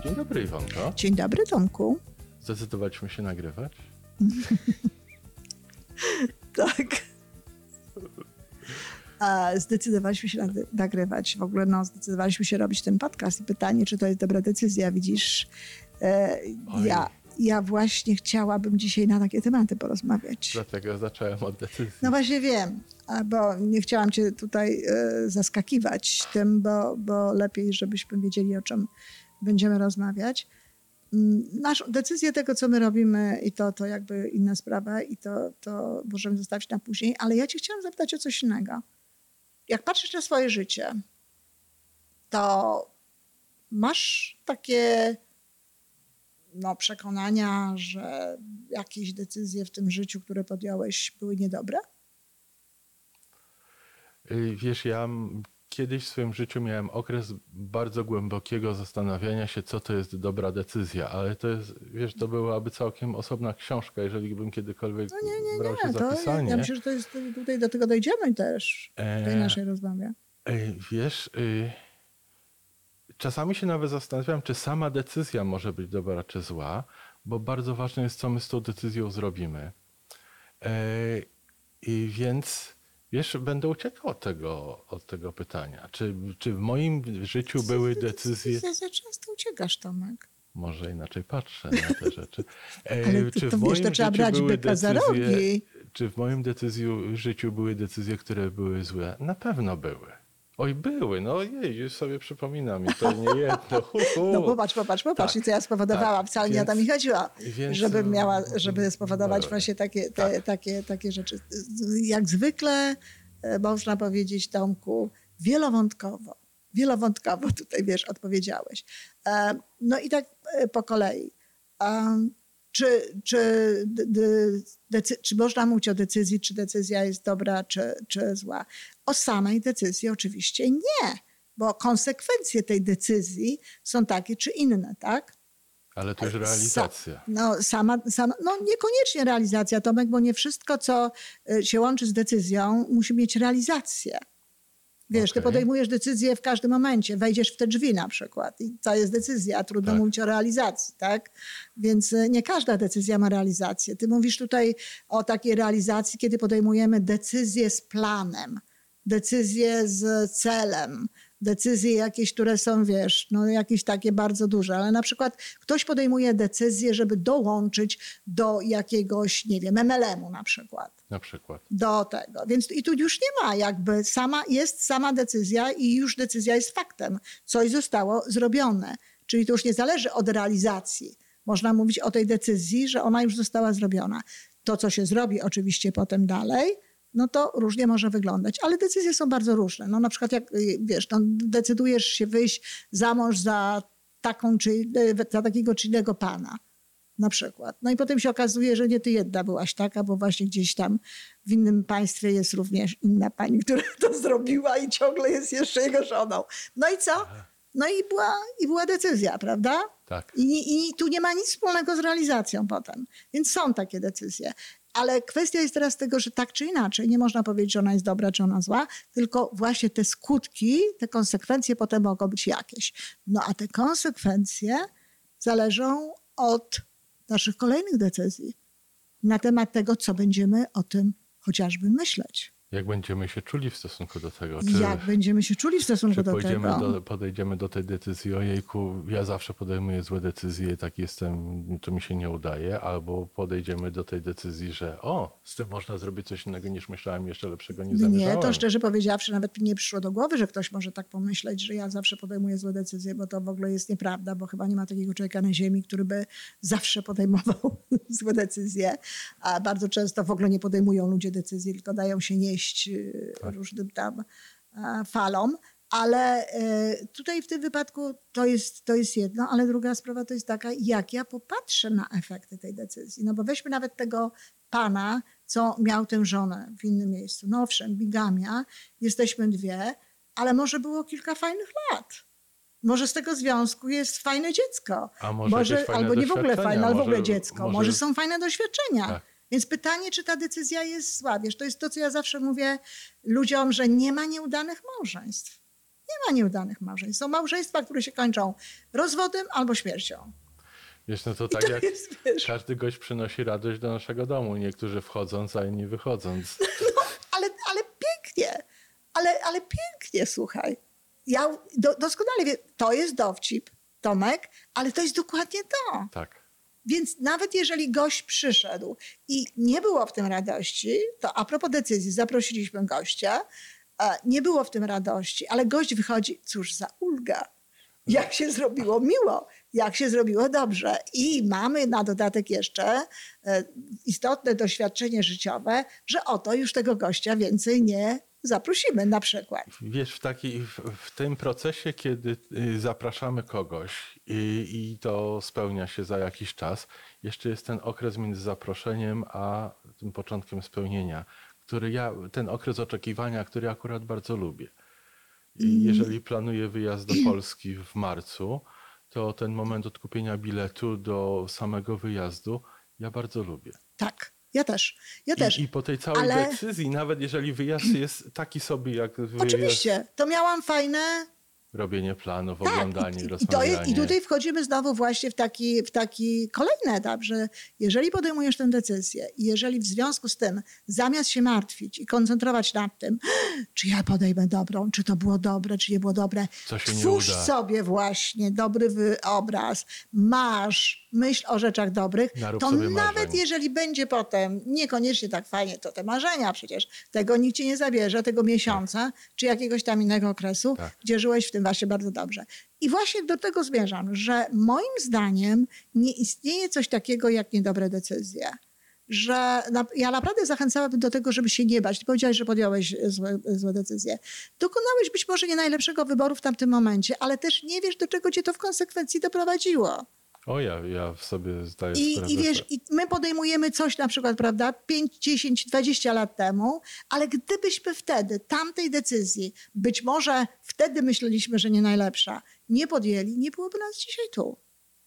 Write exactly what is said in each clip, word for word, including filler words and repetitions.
Dzień dobry, Iwonko. Dzień dobry, Tomku. Zdecydowaliśmy się nagrywać? Tak. A zdecydowaliśmy się nagrywać. W ogóle no, zdecydowaliśmy się robić ten podcast i pytanie, czy to jest dobra decyzja. Widzisz, e, ja, ja właśnie chciałabym dzisiaj na takie tematy porozmawiać. Dlatego zacząłem od decyzji. No właśnie wiem, bo nie chciałam cię tutaj e, zaskakiwać tym, bo, bo lepiej, żebyśmy wiedzieli, o czym będziemy rozmawiać. Naszą decyzję tego, co my robimy i to, to jakby inna sprawa i to, to możemy zostawić na później, ale ja cię chciałam zapytać o coś innego. Jak patrzysz na swoje życie, to masz takie no, przekonania, że jakieś decyzje w tym życiu, które podjąłeś, były niedobre? Wiesz, ja kiedyś w swoim życiu miałem okres bardzo głębokiego zastanawiania się, co to jest dobra decyzja, ale to jest, wiesz, to byłaby całkiem osobna książka, jeżeli bym kiedykolwiek no nie, nie, brał nie. się za To pisanie. Ja myślę, że to jest, tutaj do tego dojdziemy też w tej naszej rozmowie. E, wiesz, y, czasami się nawet zastanawiam, czy sama decyzja może być dobra, czy zła, bo bardzo ważne jest, co my z tą decyzją zrobimy. E, I więc... Wiesz, będę uciekał od tego, od tego pytania. Czy, czy w moim życiu były decyzje... Za, za często uciekasz, Tomek. Może inaczej patrzę na te rzeczy. Ale to, czy to w wiesz, moim to trzeba życiu brać były byka za rogi. Czy w moim decyzju, życiu były decyzje, które były złe? Na pewno były. Oj, były. No jej, już sobie przypominam i to nie jedno. Hu, hu. No popatrz, popatrz, popatrz. Tak, i co ja spowodowałam. Tak, Wcale więc, nie o to mi chodziło. Więc, żeby, miała, żeby spowodować były. właśnie takie, te, tak. takie, takie rzeczy. Jak zwykle można powiedzieć, Tomku, wielowątkowo. Wielowątkowo tutaj, wiesz, odpowiedziałeś. No i tak po kolei. Czy, czy, decy- czy można mówić o decyzji, czy decyzja jest dobra, czy, czy zła? O samej decyzji oczywiście nie, bo konsekwencje tej decyzji są takie czy inne, tak? Ale to już realizacja. Sa- no, sama, sama, no niekoniecznie realizacja, Tomek, bo nie wszystko, co się łączy z decyzją, musi mieć realizację. Wiesz, okay. Ty podejmujesz decyzję w każdym momencie. Wejdziesz w te drzwi na przykład i to jest decyzja. Trudno tak. mówić o realizacji, tak? Więc nie każda decyzja ma realizację. Ty mówisz tutaj o takiej realizacji, kiedy podejmujemy decyzję z planem, decyzję z celem, decyzje jakieś, które są, wiesz, no jakieś takie bardzo duże, ale na przykład ktoś podejmuje decyzję, żeby dołączyć do jakiegoś, nie wiem, em el em u na przykład. Na przykład. Do tego. Więc i tu już nie ma jakby, sama, jest sama decyzja i już decyzja jest faktem. Coś zostało zrobione. Czyli to już nie zależy od realizacji. Można mówić o tej decyzji, że ona już została zrobiona. To, co się zrobi oczywiście potem dalej, no to różnie może wyglądać. Ale decyzje są bardzo różne. No na przykład jak, wiesz, no, decydujesz się wyjść za mąż za taką czy, za takiego czy innego pana. Na przykład. No i potem się okazuje, że nie ty jedna byłaś taka, bo właśnie gdzieś tam w innym państwie jest również inna pani, która to zrobiła i ciągle jest jeszcze jego żoną. No i co? No i była, i była decyzja, prawda? Tak. I, I tu nie ma nic wspólnego z realizacją potem. Więc są takie decyzje. Ale kwestia jest teraz tego, że tak czy inaczej, nie można powiedzieć, że ona jest dobra, czy ona zła, tylko właśnie te skutki, te konsekwencje potem mogą być jakieś. No a te konsekwencje zależą od naszych kolejnych decyzji na temat tego, co będziemy o tym chociażby myśleć. Jak będziemy się czuli w stosunku do tego? Czy, Jak będziemy się czuli w stosunku czy do pójdziemy tego? Do, podejdziemy do tej decyzji, ojejku, ja zawsze podejmuję złe decyzje, tak jestem, to mi się nie udaje, albo podejdziemy do tej decyzji, że o, z tym można zrobić coś innego niż myślałem, jeszcze lepszego nie zamierzałem. Nie, to szczerze powiedziawszy, nawet mi nie przyszło do głowy, że ktoś może tak pomyśleć, że ja zawsze podejmuję złe decyzje, bo to w ogóle jest nieprawda, bo chyba nie ma takiego człowieka na ziemi, który by zawsze podejmował złe decyzje, a bardzo często w ogóle nie podejmują ludzie decyzji, tylko dają się nieść tak. różnym tam falom. Ale tutaj w tym wypadku to jest, to jest jedno, ale druga sprawa to jest taka, jak ja popatrzę na efekty tej decyzji. No bo weźmy nawet tego pana, co miał tę żonę w innym miejscu. No owszem, bigamia, jesteśmy dwie, ale może było kilka fajnych lat. Może z tego związku jest fajne dziecko. A może, może fajne albo nie w ogóle fajne, ale w ogóle dziecko. Może, może są fajne doświadczenia. Tak. Więc pytanie, czy ta decyzja jest zła. Wiesz, to jest to, co ja zawsze mówię ludziom, że nie ma nieudanych małżeństw. Nie ma nieudanych małżeństw. Są małżeństwa, które się kończą rozwodem albo śmiercią. Wiesz, no to I tak to jak jest, wiesz, każdy gość przynosi radość do naszego domu. Niektórzy wchodząc, a inni wychodząc. no, ale, ale pięknie. Ale, ale pięknie, słuchaj. Ja do, doskonale wiem, to jest dowcip, Tomek, ale to jest dokładnie to. Tak. Więc nawet jeżeli gość przyszedł i nie było w tym radości, to a propos decyzji, zaprosiliśmy gościa, e, nie było w tym radości, ale gość wychodzi, cóż za ulga. Jak się zrobiło miło, jak się zrobiło dobrze. I mamy na dodatek jeszcze e, istotne doświadczenie życiowe, że oto już tego gościa więcej nie zaprosimy na przykład. Wiesz, w, taki, w, w tym procesie, kiedy y, zapraszamy kogoś i, i to spełnia się za jakiś czas, jeszcze jest ten okres między zaproszeniem a tym początkiem spełnienia, który ja, ten okres oczekiwania, który akurat bardzo lubię. I jeżeli planuję wyjazd do Polski w marcu, to ten moment odkupienia biletu do samego wyjazdu ja bardzo lubię. Tak, ja też. Ja też. I, I po tej całej ale... decyzji, nawet jeżeli wyjazd jest taki sobie jak wyjazd, Oczywiście, to miałam fajne... robienie planów, Tak, oglądanie, i, i, to rozmawianie. jest, I tutaj wchodzimy znowu właśnie w taki, w taki kolejny etap, że jeżeli podejmujesz tę decyzję i jeżeli w związku z tym zamiast się martwić i koncentrować nad tym, czy ja podejmę dobrą, czy to było dobre, czy nie było dobre, Co się nie twórz uda. sobie właśnie dobry wyobraz, masz myśl o rzeczach dobrych, Narób to sobie nawet marzeń. jeżeli będzie potem niekoniecznie tak fajnie, to te marzenia przecież, tego nikt ci nie zabierze, tego miesiąca, czy jakiegoś tam innego okresu, Tak. gdzie żyłeś w tym właśnie bardzo dobrze. I właśnie do tego zmierzam, że moim zdaniem nie istnieje coś takiego jak niedobre decyzje. Że na, ja naprawdę zachęcałabym do tego, żeby się nie bać. Ty powiedziałeś, że podjąłeś złe, złe decyzje. Dokonałeś być może nie najlepszego wyboru w tamtym momencie, ale też nie wiesz, do czego cię to w konsekwencji doprowadziło. O ja, ja w sobie zdaję sprawę. I, I wiesz, że- i my podejmujemy coś na przykład, prawda, pięć, dziesięć, dwadzieścia lat temu, ale gdybyśmy wtedy tamtej decyzji, być może wtedy myśleliśmy, że nie najlepsza, nie podjęli, nie byłoby nas dzisiaj tu.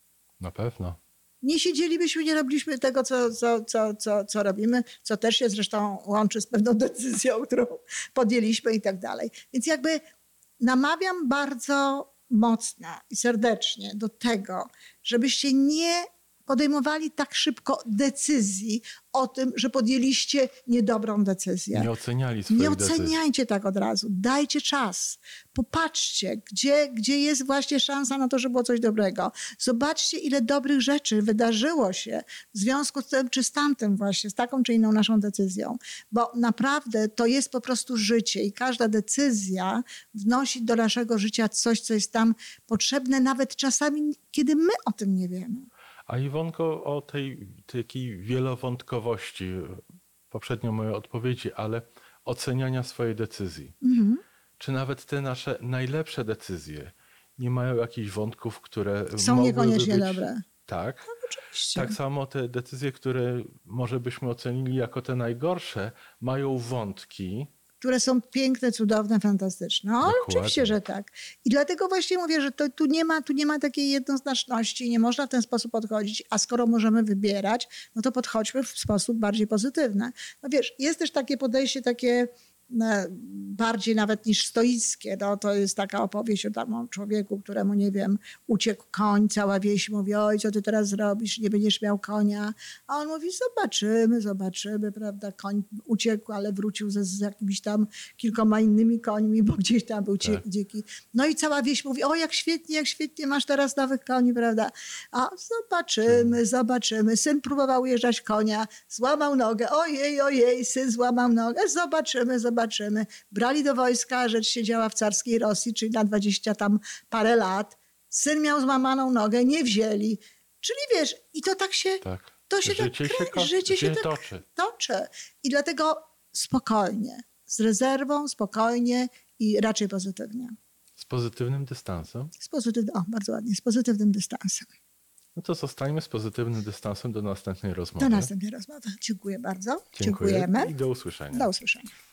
Na pewno. Nie siedzielibyśmy, nie robiliśmy tego, co, co, co, co, co robimy, co też się zresztą łączy z pewną decyzją, którą podjęliśmy i tak dalej. Więc jakby namawiam bardzo mocno i serdecznie do tego, żebyście nie podejmowali tak szybko decyzji o tym, że podjęliście niedobrą decyzję. Nie oceniali swoich Nie decyzji. oceniajcie tak od razu. Dajcie czas. Popatrzcie, gdzie, gdzie jest właśnie szansa na to, że było coś dobrego. Zobaczcie, ile dobrych rzeczy wydarzyło się w związku z tym, czy z tamtym właśnie, z taką czy inną naszą decyzją. Bo naprawdę to jest po prostu życie i każda decyzja wnosi do naszego życia coś, co jest tam potrzebne, nawet czasami, kiedy my o tym nie wiemy. A Iwonko, o tej takiej wielowątkowości, poprzednio moje odpowiedzi, ale oceniania swojej decyzji. Mhm. Czy nawet te nasze najlepsze decyzje nie mają jakichś wątków, które Są mogłyby niekoniecznie być... dobre. Tak. Oczywiście. Tak samo te decyzje, które może byśmy ocenili jako te najgorsze, mają wątki, Które są piękne, cudowne, fantastyczne. No, ale Dokładnie. oczywiście, że tak. I dlatego właśnie mówię, że to, tu, nie ma, tu nie ma takiej jednoznaczności, nie można w ten sposób podchodzić, a skoro możemy wybierać, no to podchodźmy w sposób bardziej pozytywny. No wiesz, jest też takie podejście takie e, bardziej nawet niż stoickie. No, to jest taka opowieść o tam człowieku, któremu, nie wiem, uciekł koń, cała wieś mówi, oj, co ty teraz zrobisz, nie będziesz miał konia. A on mówi, zobaczymy, zobaczymy, prawda, koń uciekł, ale wrócił ze, z jakimiś tam kilkoma innymi końmi, bo gdzieś tam był cie- Tak. dziki. No i cała wieś mówi, o, jak świetnie, jak świetnie, masz teraz nowych koni, prawda. A zobaczymy, zobaczymy. Syn próbował jeżdżać konia, złamał nogę, ojej, ojej, syn złamał nogę, zobaczymy, zobaczymy. Brali do wojska, rzecz się działa w carskiej Rosji, czyli na dwadzieścia tam parę lat. Syn miał złamaną nogę, nie wzięli. Czyli wiesz, i to tak się, tak. to się Życie tak się kręci, ko- życie się się tak toczy. toczy. I dlatego spokojnie, z rezerwą, spokojnie i raczej pozytywnie. Z pozytywnym dystansem. Z pozytyw- o, bardzo ładnie, z pozytywnym dystansem. No to zostańmy z pozytywnym dystansem do następnej rozmowy. Do następnej rozmowy. Dziękuję bardzo. Dziękuję Dziękujemy. i do usłyszenia. Do usłyszenia.